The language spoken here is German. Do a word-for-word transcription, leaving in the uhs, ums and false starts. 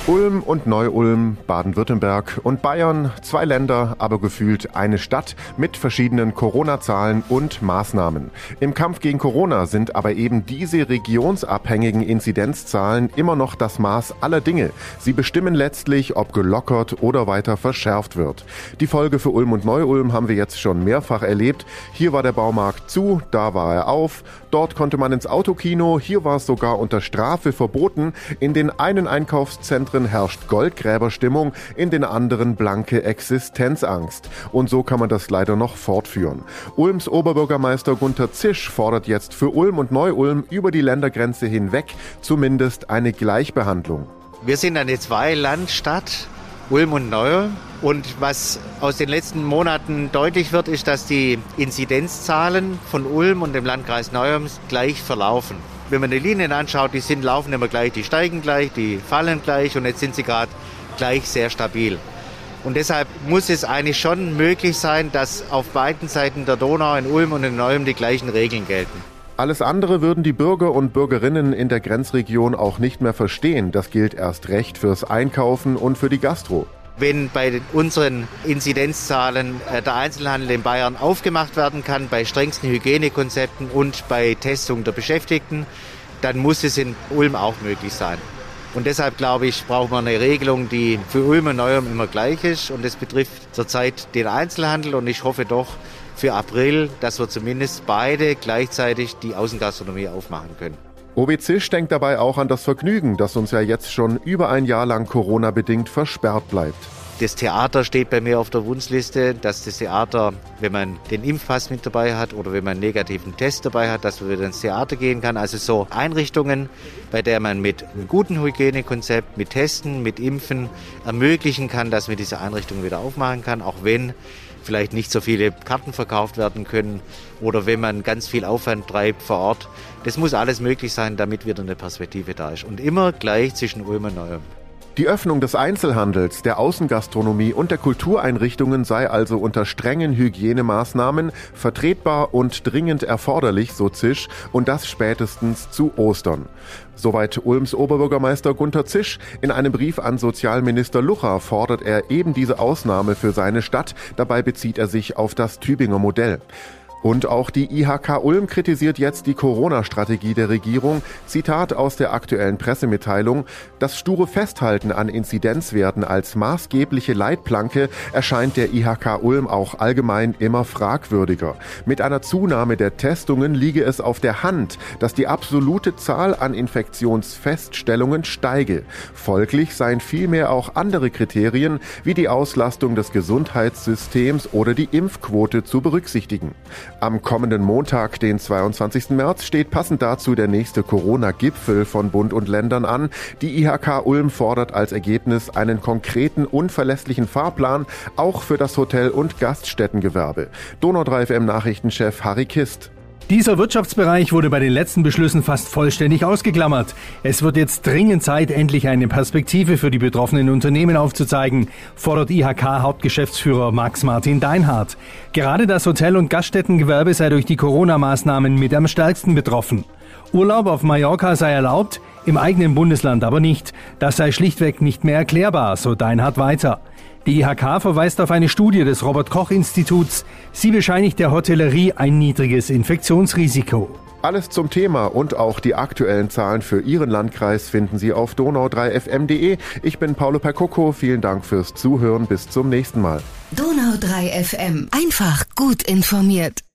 Ulm und Neu-Ulm, Baden-Württemberg und Bayern, zwei Länder, aber gefühlt eine Stadt mit verschiedenen Corona-Zahlen und Maßnahmen. Im Kampf gegen Corona sind aber eben diese regionsabhängigen Inzidenzzahlen immer noch das Maß aller Dinge. Sie bestimmen letztlich, ob gelockert oder weiter verschärft wird. Die Folge für Ulm und Neu-Ulm haben wir jetzt schon mehrfach erlebt. Hier war der Baumarkt zu, da war er auf. Dort konnte man ins Autokino, hier war es sogar unter Strafe verboten. In den einen Einkaufszentren herrscht Goldgräberstimmung, in den anderen blanke Existenzangst. Und so kann man das leider noch fortführen. Ulms Oberbürgermeister Gunter Zisch fordert jetzt für Ulm und Neu-Ulm über die Ländergrenze hinweg zumindest eine Gleichbehandlung. Wir sind eine Zwei-Land-Stadt, Ulm und Neu-Ulm. Und was aus den letzten Monaten deutlich wird, ist, dass die Inzidenzzahlen von Ulm und dem Landkreis Neu-Ulm gleich verlaufen. Wenn man die Linien anschaut, die sind, laufen immer gleich, die steigen gleich, die fallen gleich und jetzt sind sie gerade gleich sehr stabil. Und deshalb muss es eigentlich schon möglich sein, dass auf beiden Seiten der Donau in Ulm und in Neu-Ulm die gleichen Regeln gelten. Alles andere würden die Bürger und Bürgerinnen in der Grenzregion auch nicht mehr verstehen. Das gilt erst recht fürs Einkaufen und für die Gastro. Wenn bei unseren Inzidenzzahlen der Einzelhandel in Bayern aufgemacht werden kann, bei strengsten Hygienekonzepten und bei Testung der Beschäftigten, dann muss es in Ulm auch möglich sein. Und deshalb, glaube ich, brauchen wir eine Regelung, die für Ulm und Neu-Ulm immer gleich ist. Und das betrifft zurzeit den Einzelhandel. Und ich hoffe doch für April, dass wir zumindest beide gleichzeitig die Außengastronomie aufmachen können. O B Zisch denkt dabei auch an das Vergnügen, das uns ja jetzt schon über ein Jahr lang Corona-bedingt versperrt bleibt. Das Theater steht bei mir auf der Wunschliste, dass das Theater, wenn man den Impfpass mit dabei hat oder wenn man einen negativen Test dabei hat, dass man wieder ins Theater gehen kann. Also so Einrichtungen, bei der man mit einem guten Hygienekonzept, mit Testen, mit Impfen ermöglichen kann, dass man diese Einrichtungen wieder aufmachen kann, auch wenn vielleicht nicht so viele Karten verkauft werden können oder wenn man ganz viel Aufwand treibt vor Ort. Das muss alles möglich sein, damit wieder eine Perspektive da ist. Und immer gleich zwischen Ulm und Neu-Ulm. Die Öffnung des Einzelhandels, der Außengastronomie und der Kultureinrichtungen sei also unter strengen Hygienemaßnahmen vertretbar und dringend erforderlich, so Zisch, und das spätestens zu Ostern. Soweit Ulms Oberbürgermeister Gunter Zisch. In einem Brief an Sozialminister Lucha fordert er eben diese Ausnahme für seine Stadt. Dabei bezieht er sich auf das Tübinger Modell. Und auch die I H K Ulm kritisiert jetzt die Corona-Strategie der Regierung. Zitat aus der aktuellen Pressemitteilung: Das sture Festhalten an Inzidenzwerten als maßgebliche Leitplanke erscheint der I H K Ulm auch allgemein immer fragwürdiger. Mit einer Zunahme der Testungen liege es auf der Hand, dass die absolute Zahl an Infektionsfeststellungen steige. Folglich seien vielmehr auch andere Kriterien wie die Auslastung des Gesundheitssystems oder die Impfquote zu berücksichtigen. Am kommenden Montag, den zweiundzwanzigsten März, steht passend dazu der nächste Corona-Gipfel von Bund und Ländern an. Die I H K Ulm fordert als Ergebnis einen konkreten, unverlässlichen Fahrplan, auch für das Hotel- und Gaststättengewerbe. Donau drei F M-Nachrichtenchef Harry Kist. Dieser Wirtschaftsbereich wurde bei den letzten Beschlüssen fast vollständig ausgeklammert. Es wird jetzt dringend Zeit, endlich eine Perspektive für die betroffenen Unternehmen aufzuzeigen, fordert I H K-Hauptgeschäftsführer Max-Martin Deinhardt. Gerade das Hotel- und Gaststättengewerbe sei durch die Corona-Maßnahmen mit am stärksten betroffen. Urlaub auf Mallorca sei erlaubt, im eigenen Bundesland aber nicht. Das sei schlichtweg nicht mehr erklärbar, so Deinhardt weiter. Die I H K verweist auf eine Studie des Robert-Koch-Instituts. Sie bescheinigt der Hotellerie ein niedriges Infektionsrisiko. Alles zum Thema und auch die aktuellen Zahlen für Ihren Landkreis finden Sie auf donau drei f m punkt de. Ich bin Paolo Percocco. Vielen Dank fürs Zuhören. Bis zum nächsten Mal. Donau drei F M. Einfach gut informiert.